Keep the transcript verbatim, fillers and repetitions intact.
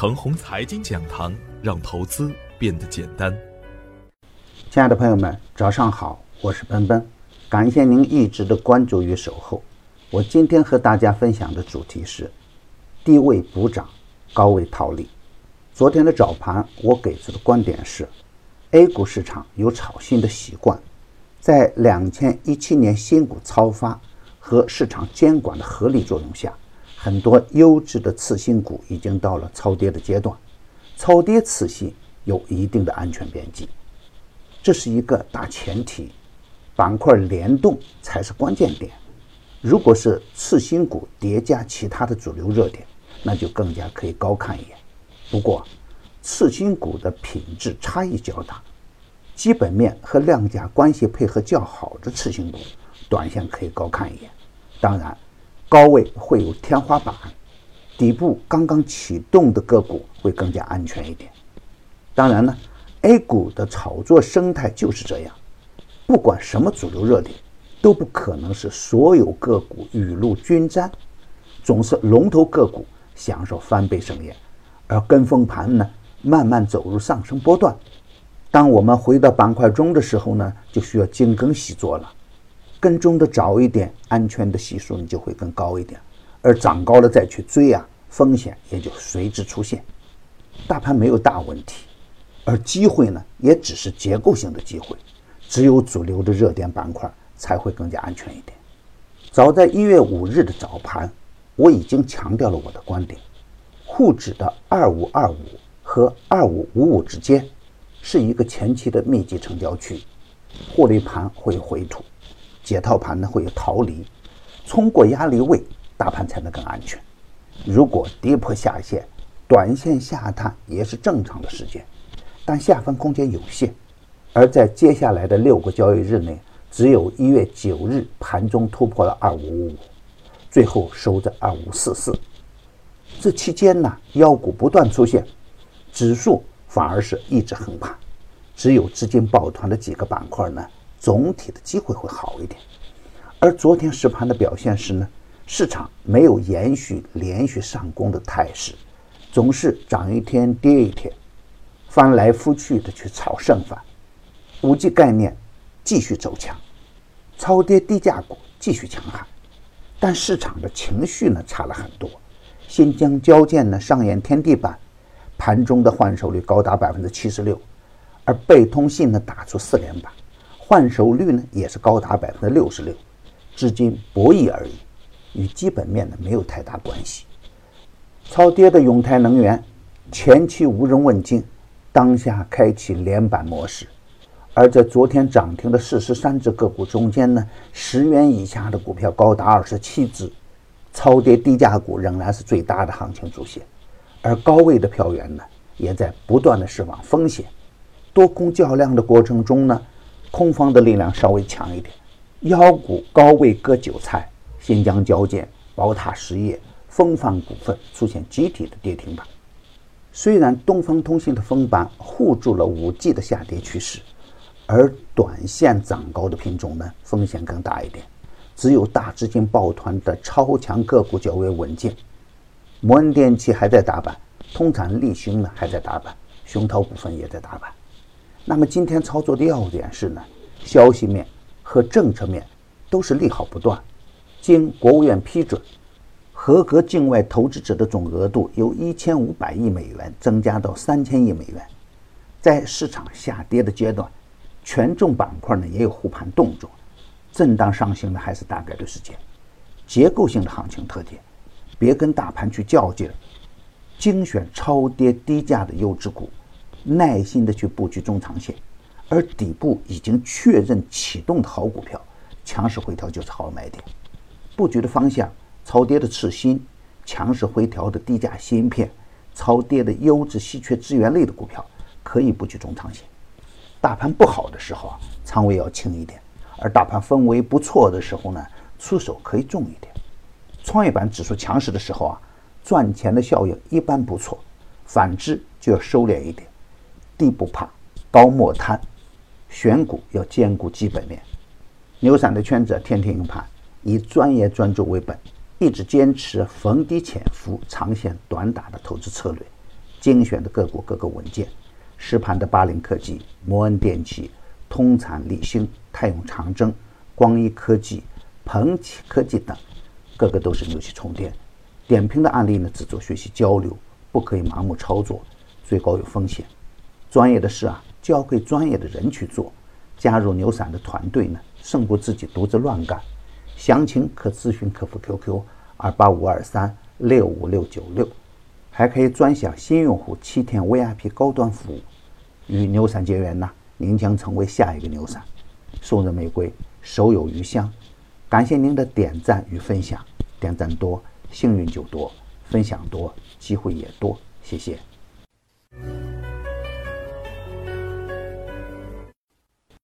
程红财经讲堂，让投资变得简单。 亲爱的朋友们，早上好，我是奔奔，感谢您一直的关注与守候。我今天和大家分享的主题是低位补涨，高位套利。昨天的早盘我给出的观点是 A 股市场有炒新的习惯，在两千一七年新股超发和市场监管的合力作用下，很多优质的次新股已经到了超跌的阶段，超跌次新有一定的安全边际，这是一个大前提，板块联动才是关键点。如果是次新股叠加其他的主流热点，那就更加可以高看一眼。不过次新股的品质差异较大，基本面和量价关系配合较好的次新股，短线可以高看一眼。当然高位会有天花板，底部刚刚启动的个股会更加安全一点。当然呢 A 股的炒作生态就是这样，不管什么主流热点，都不可能是所有个股雨露均沾，总是龙头个股享受翻倍盛宴，而跟风盘呢慢慢走入上升波段。当我们回到板块中的时候呢，就需要精耕细作了，跟踪的早一点，安全的系数你就会更高一点，而涨高了再去追啊，风险也就随之出现。大盘没有大问题，而机会呢也只是结构性的机会，只有主流的热点板块才会更加安全一点。早在一月五日的早盘，我已经强调了我的观点，沪指的二五二五和二五五五之间是一个前期的密集成交区，获利盘会有回吐，解套盘呢会有逃离，冲过压力位，大盘才能更安全。如果跌破下限，短线下探也是正常的事件，但下方空间有限，而在接下来的六个交易日内，只有一月九日盘中突破了二五五五，最后收在二五四四。这期间呢，妖股不断出现，指数反而是一直横盘，只有资金抱团的几个板块呢，总体的机会会好一点。而昨天实盘的表现是呢，市场没有延续连续上攻的态势，总是涨一天跌一天，翻来覆去的去炒剩饭。五 G 概念继续走强，超跌低价股继续强悍，但市场的情绪呢差了很多。新疆交建呢上演天地板，盘中的换手率高达 百分之七十六， 而贝通信呢打出四连板，换手率呢也是高达 百分之六十六， 资金博弈而已，与基本面呢没有太大关系。超跌的永泰能源前期无人问津，当下开启连板模式，而在昨天涨停的四十三只个股中间呢，十元以下的股票高达二十七只，超跌低价股仍然是最大的行情主线，而高位的票源呢也在不断的释放风险。多空较量的过程中呢，空方的力量稍微强一点，妖股高位割韭菜，新疆交建、宝塔实业、风帆股份出现集体的跌停板。虽然东方通信的封板护住了 五 G 的下跌趋势，而短线涨高的品种呢风险更大一点，只有大资金抱团的超强个股较为稳健。摩恩电器还在打板，通产力兴呢还在打板，熊涛股份也在打板。那么今天操作的要点是呢，消息面和政策面都是利好不断。经国务院批准，合格境外投资者的总额度由一千五百亿美元增加到三千亿美元。在市场下跌的阶段，权重板块呢也有护盘动作，震荡上行的还是大概率事件。结构性的行情特点，别跟大盘去较劲，精选超跌低价的优质股，耐心的去布局中长线，而底部已经确认启动的好股票，强势回调就是好买点。布局的方向，超跌的次新，强势回调的低价芯片，超跌的优质稀缺资源类的股票，可以布局中长线。大盘不好的时候啊，仓位要轻一点，而大盘氛围不错的时候呢，出手可以重一点。创业板指数强势的时候啊，赚钱的效应一般不错，反之就要收敛一点，低不怕，高莫贪，选股要兼顾基本面。牛散的圈子天天赢盘，以专业专注为本，一直坚持逢低潜伏、长线短打的投资策略， 精选的个股各个文件，实盘的巴林科技、摩恩电器、通产理兴、泰永长征、光一科技、鹏起科技等，个个都是牛气冲天。点评的案例呢，只做学习交流，不可以盲目操作，最高有风险。专业的事啊，交给专业的人去做。加入牛散的团队呢，胜过自己独自乱干。详情可咨询客服 Q Q 二八五二三六五六九六，还可以专享新用户七天 V I P 高端服务。与牛散结缘呢，您将成为下一个牛散。送人玫瑰，手有余香。感谢您的点赞与分享，点赞多，幸运就多；分享多，机会也多。谢谢。